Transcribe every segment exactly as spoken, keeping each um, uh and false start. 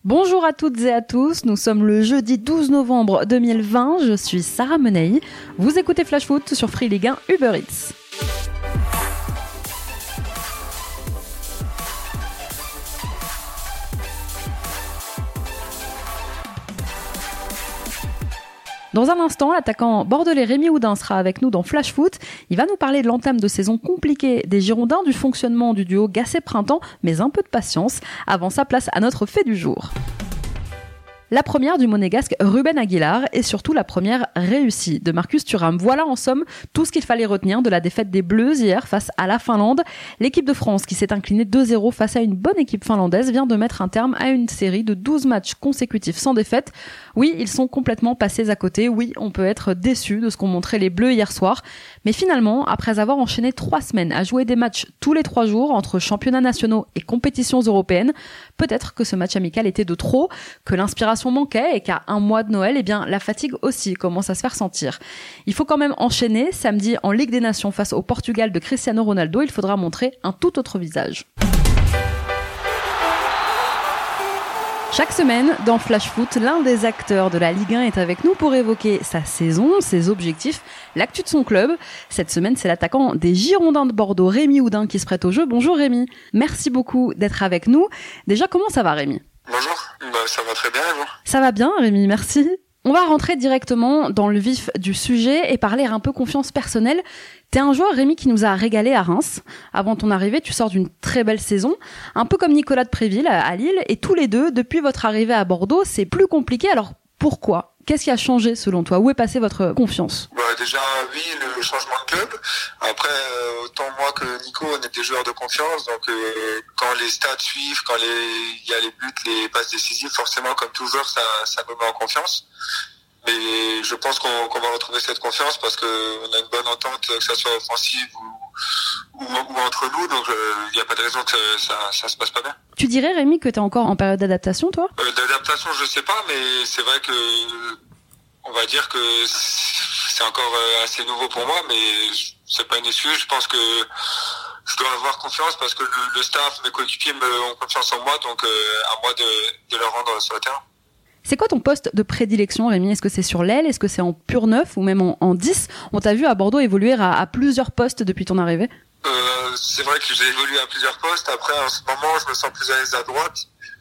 Bonjour à toutes et à tous, nous sommes le jeudi douze novembre deux mille vingt, je suis Sarah Menei. Vous écoutez Flash Foot sur Free Ligue un Uber Eats. Dans un instant, l'attaquant bordelais Rémi Oudin sera avec nous dans Flash Foot. Il va nous parler de l'entame de saison compliquée des Girondins, du fonctionnement du duo Gasset-Printemps, mais un peu de patience. Avant ça, place à notre fait du jour. La première du monégasque Ruben Aguilar et surtout la première réussie de Marcus Thuram. Voilà en somme tout ce qu'il fallait retenir de la défaite des Bleus hier face à la Finlande. L'équipe de France qui s'est inclinée deux zéro face à une bonne équipe finlandaise vient de mettre un terme à une série de douze matchs consécutifs sans défaite. Oui, ils sont complètement passés à côté. Oui, on peut être déçu de ce qu'ont montré les Bleus hier soir. Mais finalement, après avoir enchaîné trois semaines à jouer des matchs tous les trois jours entre championnats nationaux et compétitions européennes, peut-être que ce match amical était de trop, que l'inspiration manquait et qu'à un mois de Noël, eh bien, la fatigue aussi commence à se faire sentir. Il faut quand même enchaîner. Samedi, en Ligue des Nations face au Portugal de Cristiano Ronaldo, il faudra montrer un tout autre visage. Chaque semaine, dans Flash Foot, l'un des acteurs de la Ligue un est avec nous pour évoquer sa saison, ses objectifs, l'actu de son club. Cette semaine, c'est l'attaquant des Girondins de Bordeaux, Rémi Oudin, qui se prête au jeu. Bonjour Rémi, merci beaucoup d'être avec nous. Déjà, comment ça va Rémi ? Bonjour, bah, ça va très bien et vous ? Ça va bien Rémi, merci. On va rentrer directement dans le vif du sujet et parler un peu confiance personnelle. T'es un joueur, Rémi, qui nous a régalé à Reims. Avant ton arrivée, tu sors d'une très belle saison, un peu comme Nicolas de Préville à Lille. Et tous les deux, depuis votre arrivée à Bordeaux, c'est plus compliqué. Alors pourquoi ? Qu'est-ce qui a changé selon toi ? Où est passée votre confiance ? Bah déjà, oui, le changement de club. Après, euh, autant moi que Nico, on est des joueurs de confiance. Donc euh, quand les stats suivent, quand il y a les buts, les passes décisives, forcément, comme tout joueur, ça, ça nous met en confiance. Mais je pense qu'on, qu'on va retrouver cette confiance parce qu'on a une bonne entente, que ça soit offensive ou, ou, ou entre nous. Donc il euh, n'y a pas de raison que ça, ça se passe pas bien. Tu dirais, Rémi, que tu es encore en période d'adaptation, toi ? euh, D'adaptation, je sais pas, mais c'est vrai que on va dire que c'est encore assez nouveau pour moi, mais c'est pas une excuse. Je pense que je dois avoir confiance parce que le, le staff, mes coéquipiers me ont confiance en moi, donc euh, à moi de, de leur rendre sur le terrain. C'est quoi ton poste de prédilection, Rémi ? Est-ce que c'est sur l'aile ? Est-ce que c'est en pur neuf ou même en, en dix ? On t'a vu à Bordeaux évoluer à, à plusieurs postes depuis ton arrivée. Euh, c'est vrai que j'ai évolué à plusieurs postes. Après, en ce moment, je me sens plus à l'aise à droite.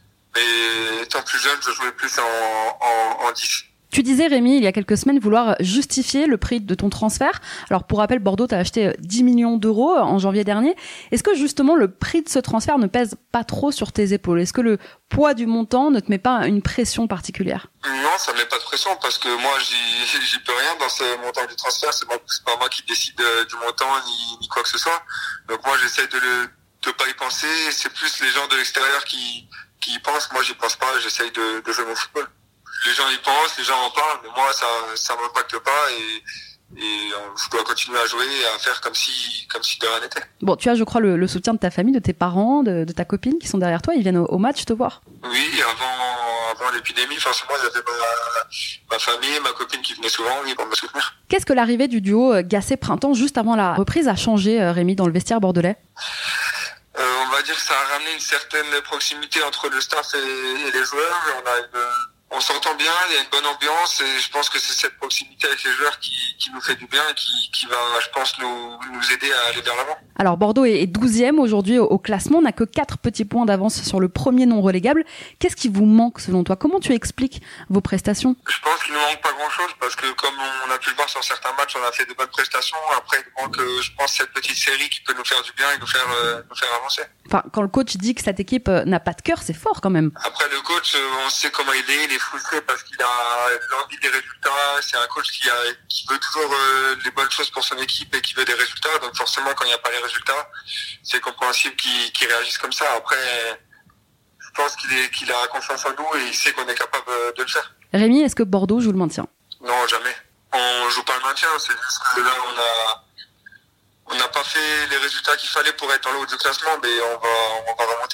Mais étant plus jeune, je jouais plus en, en, en dix. Tu disais, Rémi, il y a quelques semaines, vouloir justifier le prix de ton transfert. Alors, pour rappel, Bordeaux t'a acheté dix millions d'euros en janvier dernier. Est-ce que, justement, le prix de ce transfert ne pèse pas trop sur tes épaules ? Est-ce que le poids du montant ne te met pas une pression particulière ? Non, ça ne met pas de pression parce que moi, j'y, j'y peux rien dans ce montant du transfert. C'est, moi, c'est pas moi qui décide du montant ni, ni quoi que ce soit. Donc, moi, j'essaie de le, de pas y penser. C'est plus les gens de l'extérieur qui, qui y pensent. Moi, j'y pense pas. J'essaie de, de jouer mon football. Les gens y pensent, les gens en parlent, mais moi ça ça m'impacte pas et et je dois continuer à jouer et à faire comme si comme si de rien n'était. Bon, tu as je crois le, le soutien de ta famille, de tes parents, de, de ta copine qui sont derrière toi, ils viennent au, au match te voir. Oui, avant avant l'épidémie, forcément, il y avait ma, ma famille, ma copine qui venait souvent oui, pour me soutenir. Qu'est-ce que l'arrivée du duo Gasset-Printemps juste avant la reprise a changé, Rémi, dans le vestiaire bordelais ? Euh, on va dire que ça a ramené une certaine proximité entre le staff et, et les joueurs. On a une On s'entend bien, il y a une bonne ambiance et je pense que c'est cette proximité avec les joueurs qui, qui nous fait du bien et qui, qui va, je pense, nous, nous aider à aller vers l'avant. Alors Bordeaux est douzième aujourd'hui au, au classement, n'a que quatre petits points d'avance sur le premier non relégable. Qu'est-ce qui vous manque selon toi ? Comment tu expliques vos prestations ? Je pense qu'il ne manque pas grand-chose parce que comme on a pu le voir sur certains matchs, on a fait de bonnes prestations. Après, il manque, je pense, cette petite série qui peut nous faire du bien et nous faire, euh, nous faire avancer. Enfin, quand le coach dit que cette équipe n'a pas de cœur, c'est fort quand même. Après, le coach, on sait comment il est, il est frustré parce qu'il a l'envie des résultats. C'est un coach qui, a, qui veut toujours euh, les bonnes choses pour son équipe et qui veut des résultats. Donc forcément, quand il n'y a pas les résultats, c'est compréhensible qu'il, qu'il réagisse comme ça. Après, je pense qu'il, est, qu'il a confiance en nous et il sait qu'on est capable de le faire. Rémi, est-ce que Bordeaux joue le maintien ? Non, jamais. On joue pas le maintien. C'est juste que là, on a... On n'a pas fait les résultats qu'il fallait pour être dans le haut du classement, mais on va, on va remonter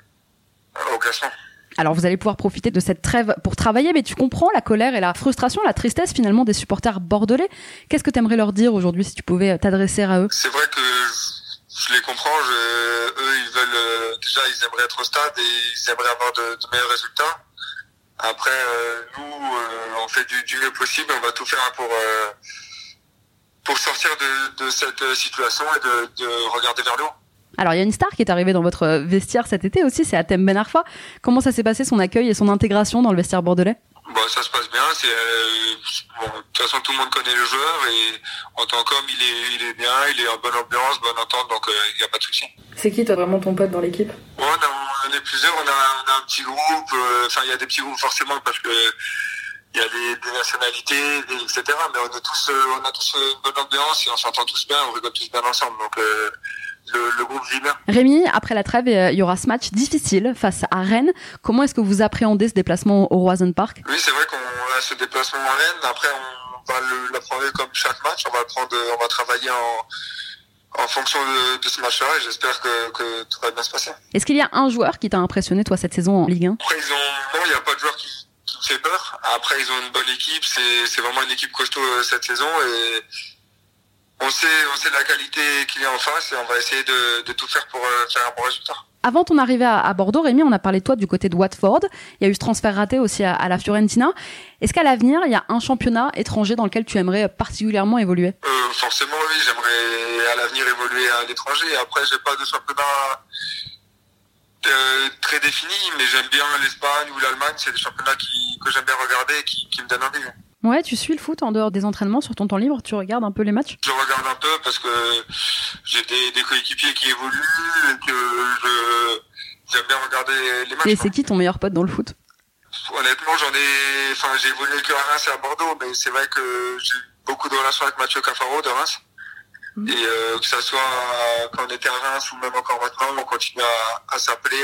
euh, au classement. Alors vous allez pouvoir profiter de cette trêve pour travailler, mais tu comprends la colère et la frustration, la tristesse finalement des supporters bordelais. Qu'est-ce que tu aimerais leur dire aujourd'hui si tu pouvais t'adresser à eux ? C'est vrai que je les comprends. Je, eux, ils veulent euh, déjà, ils aimeraient être au stade et ils aimeraient avoir de, de meilleurs résultats. Après, euh, nous, euh, on fait du, du mieux possible. On va tout faire pour euh, pour sortir de, de cette situation et de, de regarder vers le haut. Alors, il y a une star qui est arrivée dans votre vestiaire cet été aussi, c'est Hatem Ben Arfa. Comment ça s'est passé, son accueil et son intégration dans le vestiaire bordelais ? Bon, ça se passe bien. C'est, euh, bon, de toute façon, tout le monde connaît le joueur et en tant qu'homme, il est, il est bien, il est en bonne ambiance, bonne entente, donc il euh, n'y a pas de souci. C'est qui, toi, vraiment ton pote dans l'équipe ? Bon, on, a, on est plusieurs, on a, on a un petit groupe. Enfin, euh, il y a des petits groupes forcément parce que il y a des, des nationalités, des, et cetera. Mais on a tous, euh, on a tous une bonne ambiance et on s'entend tous bien, on rigole tous bien ensemble. Donc euh, Le, le groupe vit bien. Rémi, après la trêve, il y aura ce match difficile face à Rennes. Comment est-ce que vous appréhendez ce déplacement au Roison Park ? Oui, c'est vrai qu'on a ce déplacement à Rennes. Après, on va l'apprendre comme chaque match. On va prendre, on va travailler en, en fonction de, de ce match-là et j'espère que, que tout va bien se passer. Est-ce qu'il y a un joueur qui t'a impressionné, toi, cette saison en Ligue un ? Après, ils ont, non, il n'y a pas de joueur qui, qui me fait peur. Après, ils ont une bonne équipe. C'est, c'est vraiment une équipe costaud cette saison et On sait, on sait la qualité qu'il y a en face et on va essayer de, de tout faire pour euh, faire un bon résultat. Avant ton arrivée à, à Bordeaux, Rémi, on a parlé de toi du côté de Watford. Il y a eu ce transfert raté aussi à, à la Fiorentina. Est-ce qu'à l'avenir, il y a un championnat étranger dans lequel tu aimerais particulièrement évoluer ? euh, Forcément, oui. J'aimerais à l'avenir évoluer à l'étranger. Après, j'ai pas de championnat euh, très défini, mais j'aime bien l'Espagne ou l'Allemagne. C'est des championnats qui, que j'aime bien regarder et qui, qui me donnent envie. Ouais, tu suis le foot en dehors des entraînements sur ton temps libre, tu regardes un peu les matchs ? Je regarde un peu parce que j'ai des, des coéquipiers qui évoluent et que je, j'aime bien regarder les matchs. Et c'est qui ton meilleur pote dans le foot ? Honnêtement, j'en ai, enfin, j'ai évolué que à Reims et à Bordeaux, mais c'est vrai que j'ai beaucoup de relations avec Mathieu Cafaro de Reims. Mmh. Et euh, que ça soit quand on était à Reims ou même encore maintenant, on continue à, à s'appeler,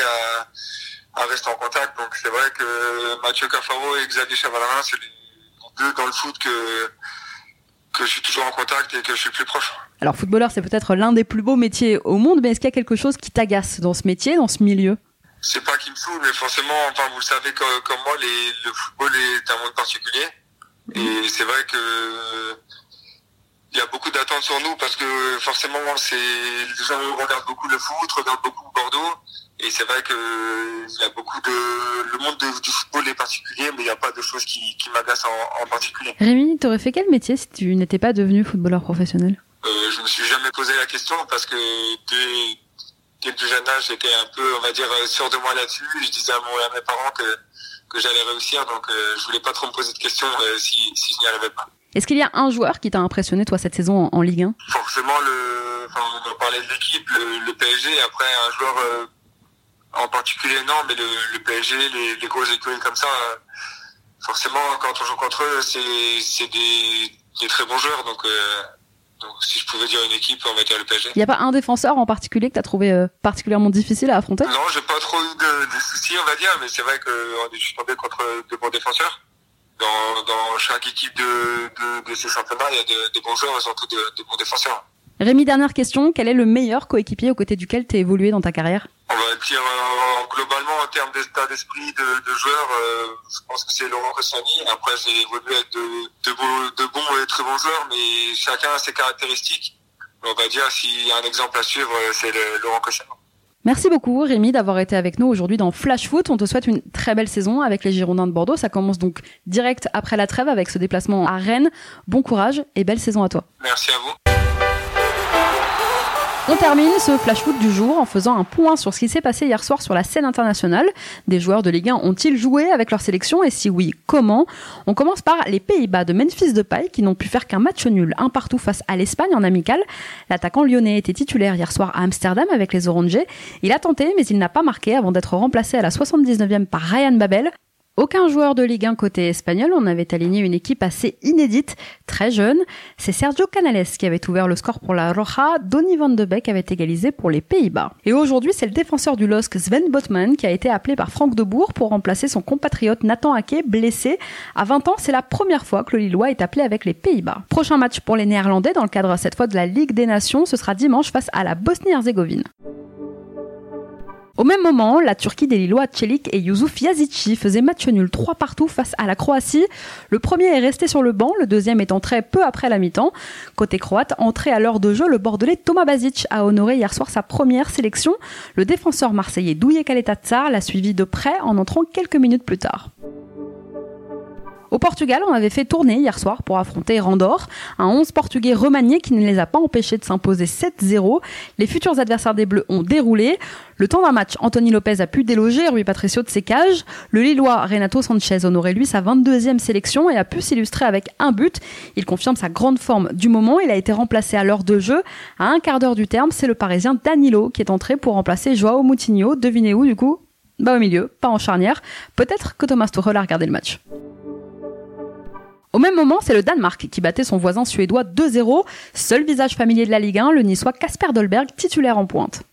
à, à rester en contact. Donc c'est vrai que Mathieu Cafaro et Xavier Chavalrin, c'est les deux dans le foot que que je suis toujours en contact et que je suis plus proche. Alors footballeur, c'est peut-être l'un des plus beaux métiers au monde, mais est-ce qu'il y a quelque chose qui t'agace dans ce métier, dans ce milieu ? C'est pas qu'il me saoule, mais forcément, enfin vous le savez comme, comme moi, les, le football est un monde particulier. Et c'est vrai que il y a beaucoup d'attentes sur nous parce que forcément, c'est les gens regardent beaucoup le foot, regardent beaucoup Bordeaux. Et c'est vrai que il y a beaucoup de le monde de, du football est particulier, mais il n'y a pas de choses qui, qui m'agacent en, en particulier. Rémi, t'aurais fait quel métier si tu n'étais pas devenu footballeur professionnel ? euh, Je me suis jamais posé la question parce que dès, dès le plus jeune âge, j'étais un peu, on va dire, sûr de moi là-dessus. Je disais à, mon, à mes parents que que j'allais réussir, donc euh, je voulais pas trop me poser de questions euh, si si je n'y arrivais pas. Est-ce qu'il y a un joueur qui t'a impressionné, toi, cette saison en, en Ligue un ? Forcément, le, enfin, on en parlait de l'équipe, le, le P S G. Après, un joueur euh, en particulier, non, mais le, le P S G, les, les grosses équipes comme ça, euh, forcément, quand on joue contre eux, c'est, c'est des, des très bons joueurs. Donc, euh, donc, si je pouvais dire une équipe, on va dire le P S G. Il n'y a pas un défenseur en particulier que tu as trouvé euh, particulièrement difficile à affronter ? Non, j'ai pas trop eu de, de soucis, on va dire, mais c'est vrai que je suis tombé contre de bons défenseurs. Dans, dans chaque équipe de, de, de ces championnats, il y a de, de bons joueurs et surtout de, de bons défenseurs. Rémi, dernière question. Quel est le meilleur coéquipier aux côtés duquel tu as évolué dans ta carrière ? On va dire euh, globalement en termes d'état d'esprit de, de joueurs, euh, je pense que c'est Laurent Koscielny. Après, j'ai évolué avec de, de, beaux, de bons et très bons joueurs, mais chacun a ses caractéristiques. On va dire, s'il y a un exemple à suivre, c'est le, Laurent Koscielny. Merci beaucoup Rémi d'avoir été avec nous aujourd'hui dans Flash Foot. On te souhaite une très belle saison avec les Girondins de Bordeaux. Ça commence donc direct après la trêve avec ce déplacement à Rennes. Bon courage et belle saison à toi. Merci à vous. On termine ce Flash Foot du jour en faisant un point sur ce qui s'est passé hier soir sur la scène internationale. Des joueurs de Ligue un ont-ils joué avec leur sélection et si oui, comment ? On commence par les Pays-Bas de Memphis Depay qui n'ont pu faire qu'un match nul, un partout face à l'Espagne en amical. L'attaquant lyonnais était titulaire hier soir à Amsterdam avec les Orangers. Il a tenté mais il n'a pas marqué avant d'être remplacé à la soixante-dix-neuvième par Ryan Babel. Aucun joueur de Ligue un côté espagnol, on avait aligné une équipe assez inédite, très jeune. C'est Sergio Canales qui avait ouvert le score pour la Roja, Donny van de Beek avait égalisé pour les Pays-Bas. Et aujourd'hui, c'est le défenseur du L O S C Sven Botman qui a été appelé par Frank de Boer pour remplacer son compatriote Nathan Ake, blessé. À vingt ans, c'est la première fois que le Lillois est appelé avec les Pays-Bas. Prochain match pour les Néerlandais dans le cadre cette fois de la Ligue des Nations, ce sera dimanche face à la Bosnie-Herzégovine. Au même moment, la Turquie des Lillois Çelik et Yusuf Yazici faisaient match nul trois partout face à la Croatie. Le premier est resté sur le banc, le deuxième est entré peu après la mi-temps. Côté croate, entré à l'heure de jeu, le Bordelais Toma Basic a honoré hier soir sa première sélection. Le défenseur marseillais Douye Kaletatsar l'a suivi de près en entrant quelques minutes plus tard. Au Portugal, on avait fait tourner hier soir pour affronter Andorre, un onze portugais remanié qui ne les a pas empêchés de s'imposer sept zéro. Les futurs adversaires des Bleus ont déroulé. Le temps d'un match, Anthony Lopez a pu déloger Rui Patricio de ses cages. Le Lillois Renato Sanchez honorait lui sa vingt-deuxième sélection et a pu s'illustrer avec un but. Il confirme sa grande forme du moment. Il a été remplacé à l'heure de jeu. À un quart d'heure du terme, c'est le Parisien Danilo qui est entré pour remplacer Joao Moutinho. Devinez où du coup ? Bah au milieu, pas en charnière. Peut-être que Thomas Tuchel a regardé le match. Au même moment, c'est le Danemark qui battait son voisin suédois deux zéro. Seul visage familier de la Ligue un, le niçois Kasper Dolberg, titulaire en pointe.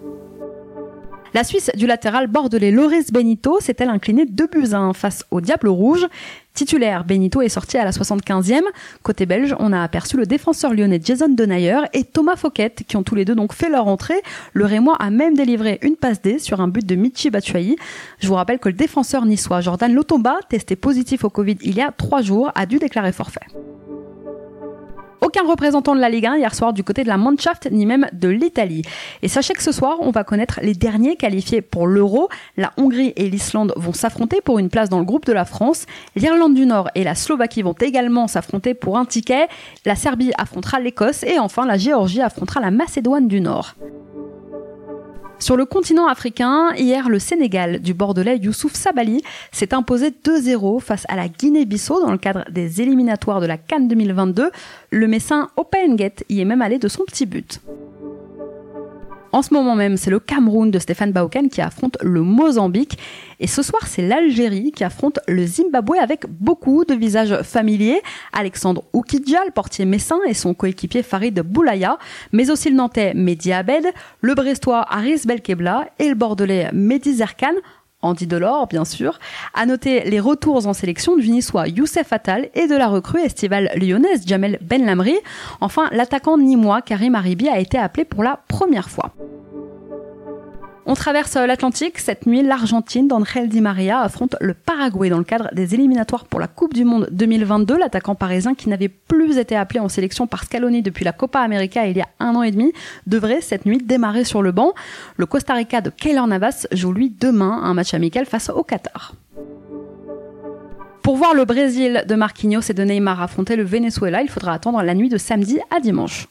La Suisse du latéral bordelais Loris Benito s'est-elle inclinée deux buts à un face au Diable Rouge. Titulaire, Benito est sorti à la soixante-quinzième. Côté belge, on a aperçu le défenseur lyonnais Jason Denayer et Thomas Fouquet qui ont tous les deux donc fait leur entrée. Le Rémois a même délivré une passe D sur un but de Michy Batshuayi. Je vous rappelle que le défenseur niçois Jordan Lotomba, testé positif au Covid il y a trois jours, a dû déclarer forfait. Aucun représentant de la Ligue un hier soir du côté de la Mannschaft ni même de l'Italie. Et sachez que ce soir, on va connaître les derniers qualifiés pour l'Euro. La Hongrie et l'Islande vont s'affronter pour une place dans le groupe de la France. L'Irlande du Nord et la Slovaquie vont également s'affronter pour un ticket. La Serbie affrontera l'Écosse et enfin la Géorgie affrontera la Macédoine du Nord. Sur le continent africain, hier, le Sénégal du Bordelais Youssouf Sabaly s'est imposé deux zéro face à la Guinée-Bissau dans le cadre des éliminatoires de la CAN deux mille vingt-deux. Le Messin Opa Nguet y est même allé de son petit but. En ce moment même, c'est le Cameroun de Stéphane Bauken qui affronte le Mozambique. Et ce soir, c'est l'Algérie qui affronte le Zimbabwe avec beaucoup de visages familiers. Alexandre Oukidja, le portier messin, et son coéquipier Farid Boulaya, mais aussi le Nantais Mehdi Abed, le Brestois Haris Belkebla et le Bordelais Mehdi Zerkan. Andy Delors, bien sûr. À noter les retours en sélection du Niçois Youssef Attal et de la recrue estivale lyonnaise Jamel Benlamri. Enfin, l'attaquant nîmois Karim Haribi a été appelé pour la première fois. On traverse l'Atlantique. Cette nuit, l'Argentine d'Angel Di Maria affronte le Paraguay dans le cadre des éliminatoires pour la Coupe du Monde deux mille vingt-deux. L'attaquant parisien qui n'avait plus été appelé en sélection par Scaloni depuis la Copa América il y a un an et demi devrait cette nuit démarrer sur le banc. Le Costa Rica de Keylor Navas joue lui demain un match amical face au Qatar. Pour voir le Brésil de Marquinhos et de Neymar affronter le Venezuela, il faudra attendre la nuit de samedi à dimanche.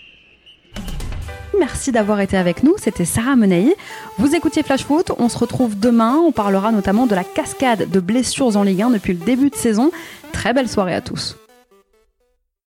Merci d'avoir été avec nous, c'était Sarah Menei. Vous écoutiez Flash Foot, on se retrouve demain, on parlera notamment de la cascade de blessures en Ligue un depuis le début de saison. Très belle soirée à tous.